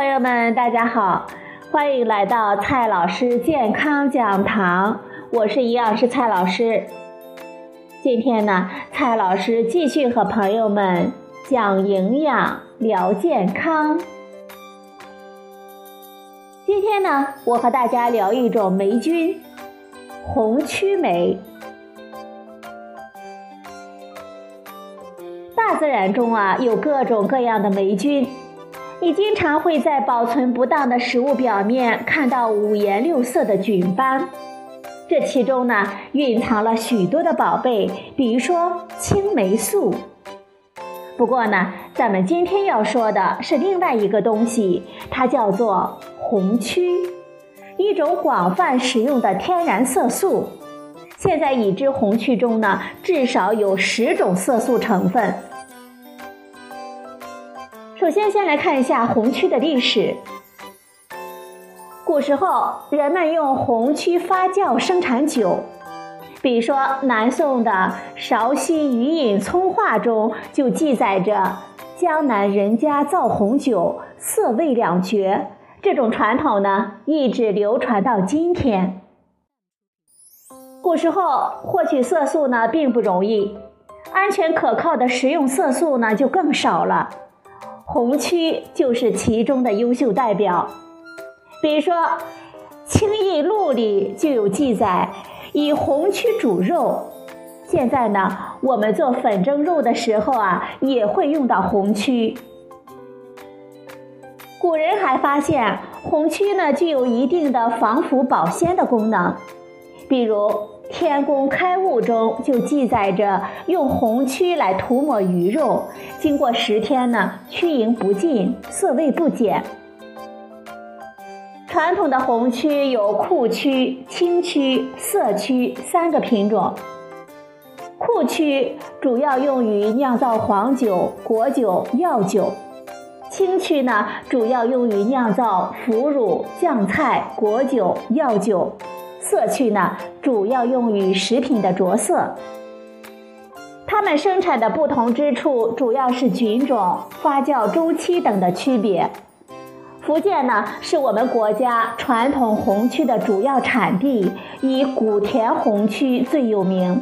朋友们，大家好，欢迎来到蔡老师健康讲堂，我是营养师蔡老师。今天呢，蔡老师继续和朋友们讲营养聊健康。今天呢，我和大家聊一种霉菌——红曲霉。大自然中有各种各样的霉菌，你经常会在保存不当的食物表面看到五颜六色的菌斑，这其中呢蕴藏了许多的宝贝，比如说青霉素。不过呢，咱们今天要说的是另外一个东西，它叫做红曲，一种广泛使用的天然色素。现在已知红曲中呢，至少有10种色素成分。首先来看一下红曲的历史。古时候，人们用红曲发酵生产酒，比如说南宋的《韶溪余饮葱话》中就记载着江南人家造红酒，色味两绝。这种传统呢，一直流传到今天。古时候获取色素呢并不容易，安全可靠的食用色素呢就更少了。红曲就是其中的优秀代表。比如说《清异录》里就有记载，以红曲煮肉。现在呢，我们做粉蒸肉的时候也会用到红曲。古人还发现红曲呢具有一定的防腐保鲜的功能，比如《天工开物》中就记载着用红曲来涂抹鱼肉，经过10天呢，曲莹不尽，色味不减。传统的红曲有库曲、青曲、色曲3个品种。库曲主要用于酿造黄酒、果酒、药酒。青曲呢，主要用于酿造腐乳、酱菜、果酒、药酒。色曲呢，主要用于食品的着色。它们生产的不同之处，主要是菌种、发酵周期等的区别。福建呢，是我们国家传统红曲的主要产地，以古田红曲最有名。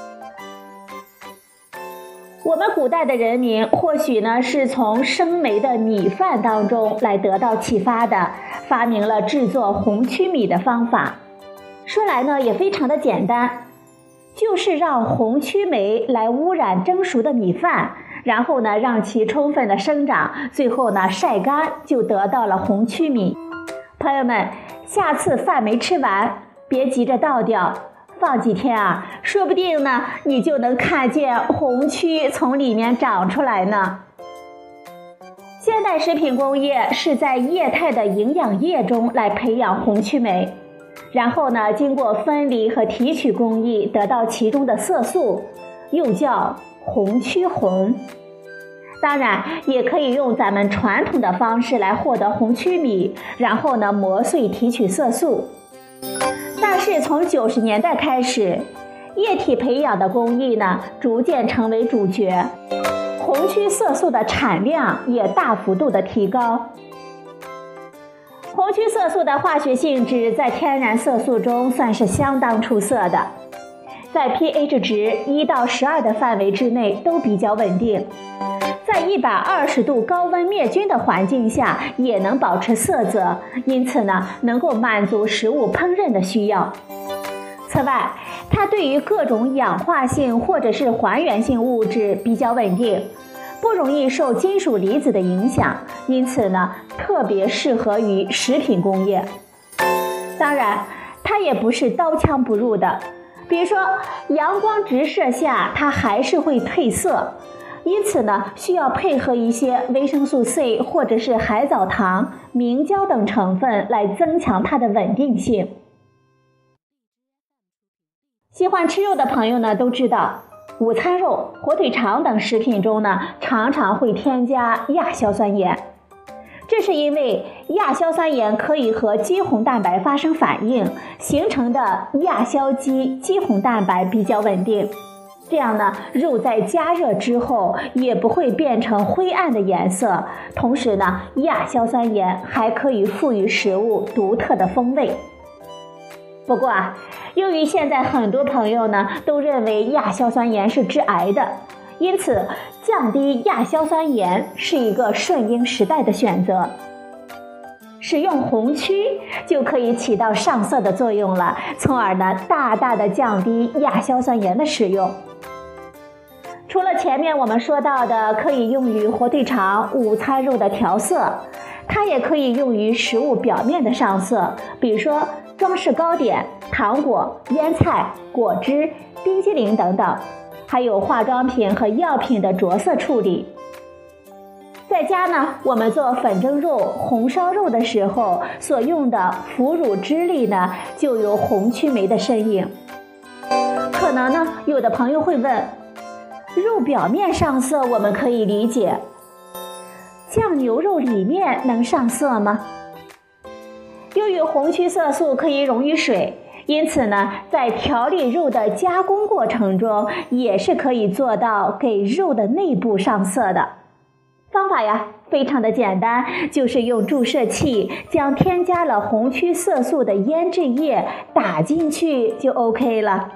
我们古代的人民或许呢是从生霉的米饭当中来得到启发的，发明了制作红曲米的方法。说来呢也非常的简单，就是让红曲霉来污染蒸熟的米饭，然后呢让其充分的生长，最后呢晒干，就得到了红曲米。朋友们，下次饭没吃完，别急着倒掉，放几天说不定呢你就能看见红曲从里面长出来呢。现代食品工业是在液态的营养液中来培养红曲霉，然后呢经过分离和提取工艺得到其中的色素，又叫红曲红。当然也可以用咱们传统的方式来获得红曲米，然后呢磨碎提取色素。但是从90年代开始，液体培养的工艺呢逐渐成为主角，红曲色素的产量也大幅度的提高。红曲色素的化学性质在天然色素中算是相当出色的，在 pH 值1到12的范围之内都比较稳定，在120度高温灭菌的环境下也能保持色泽，因此呢能够满足食物烹饪的需要。此外，它对于各种氧化性或者是还原性物质比较稳定，不容易受金属离子的影响，因此呢特别适合于食品工业。当然它也不是刀枪不入的，比如说阳光直射下它还是会褪色，因此呢需要配合一些维生素 C 或者是海藻糖、明胶等成分来增强它的稳定性。喜欢吃肉的朋友呢都知道，午餐肉、火腿肠等食品中呢常常会添加亚硝酸盐，这是因为亚硝酸盐可以和肌红蛋白发生反应，形成的亚硝基肌红蛋白比较稳定。 这样呢，肉在加热之后也不会变成灰暗的颜色，同时呢，亚硝酸盐还可以赋予食物独特的风味。不过由于现在很多朋友呢都认为亚硝酸盐是致癌的，因此降低亚硝酸盐是一个顺应时代的选择。使用红曲就可以起到上色的作用了，从而呢大大的降低亚硝酸盐的使用。除了前面我们说到的可以用于火腿肠、午餐肉的调色，它也可以用于食物表面的上色，比如说装饰糕点、糖果、腌菜、果汁、冰激凌等等，还有化妆品和药品的着色处理。在家呢，我们做粉蒸肉、红烧肉的时候所用的腐乳汁里呢，就有红曲酶的身影。可能呢，有的朋友会问，肉表面上色我们可以理解，酱牛肉里面能上色吗？由于红曲色素可以溶于水，因此呢，在调理肉的加工过程中，也是可以做到给肉的内部上色的。方法呀，非常的简单，就是用注射器将添加了红曲色素的腌制液打进去就 OK 了。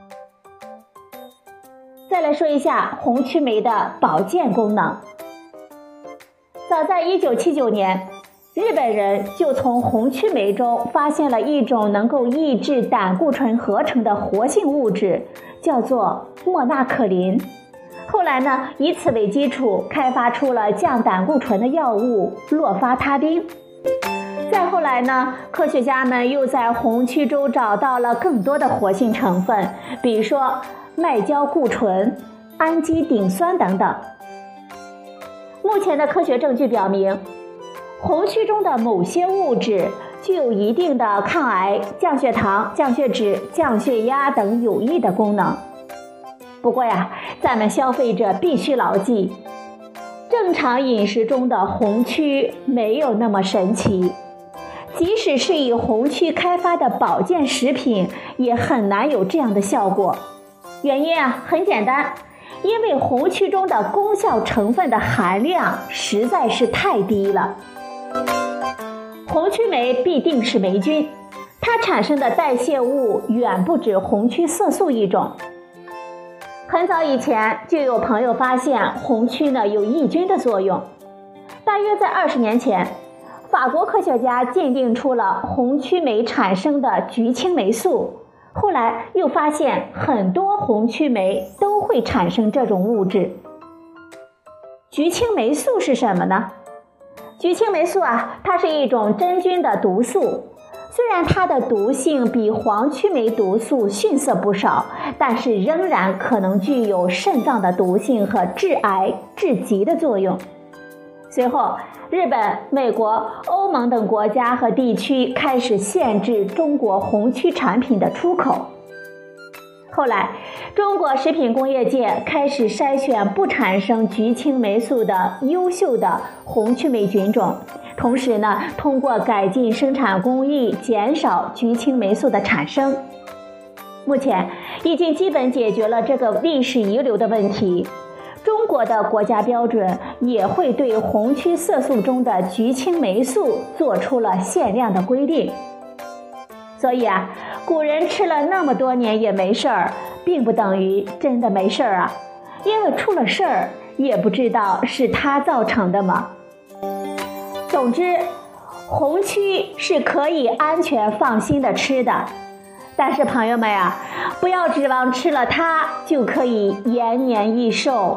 再来说一下红曲酶的保健功能。早在1979年，日本人就从红曲酶中发现了一种能够抑制胆固醇合成的活性物质，叫做莫纳可林。后来呢，以此为基础开发出了降胆固醇的药物洛发他汀。再后来呢，科学家们又在红曲中找到了更多的活性成分，比如说麦焦固醇、氨基丙酸等等。目前的科学证据表明，红曲中的某些物质具有一定的抗癌、降血糖、降血脂、降血压等有益的功能。不过呀，咱们消费者必须牢记，正常饮食中的红曲没有那么神奇，即使是以红曲开发的保健食品，也很难有这样的效果。原因啊，很简单，因为红曲中的功效成分的含量实在是太低了。红曲酶必定是霉菌，它产生的代谢物远不止红曲色素一种。很早以前就有朋友发现红曲呢有抑菌的作用。大约在20年前，法国科学家鉴定出了红曲酶产生的菊青霉素，后来又发现很多红曲酶都会产生这种物质。菊青霉素是什么呢？菊青霉素啊，它是一种真菌的毒素。虽然它的毒性比黄曲霉毒素逊色不少，但是仍然可能具有肾脏的毒性和致癌、致疾的作用。随后，日本、美国、欧盟等国家和地区开始限制中国红曲产品的出口。后来，中国食品工业界开始筛选不产生菊青霉素的优秀的红曲霉菌种，同时呢，通过改进生产工艺，减少菊青霉素的产生。目前已经基本解决了这个历史遗留的问题。中国的国家标准也会对红曲色素中的菊青霉素做出了限量的规定。所以啊，古人吃了那么多年也没事儿，并不等于真的没事儿啊，因为出了事儿也不知道是它造成的嘛。总之，红曲是可以安全放心的吃的，但是朋友们呀，不要指望吃了它就可以延年益寿。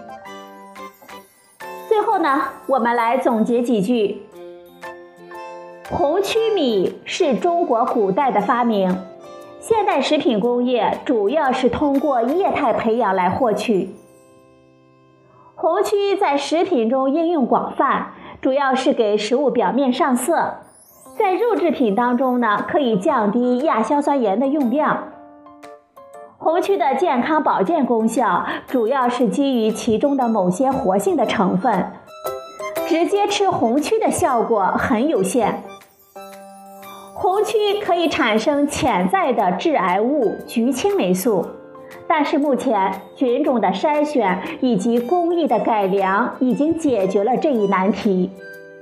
最后呢，我们来总结几句。红曲米是中国古代的发明，现代食品工业主要是通过液态培养来获取。红曲在食品中应用广泛，主要是给食物表面上色，在肉制品当中呢，可以降低亚硝酸盐的用量。红曲的健康保健功效主要是基于其中的某些活性的成分，直接吃红曲的效果很有限。红曲可以产生潜在的致癌物菊青霉素， 但是目前菌种的筛选以及工艺的改良已经解决了这一难题。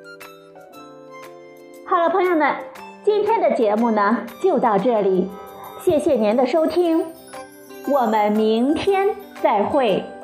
好了，朋友们，今天的节目呢就到这里，谢谢您的收听，我们明天再会。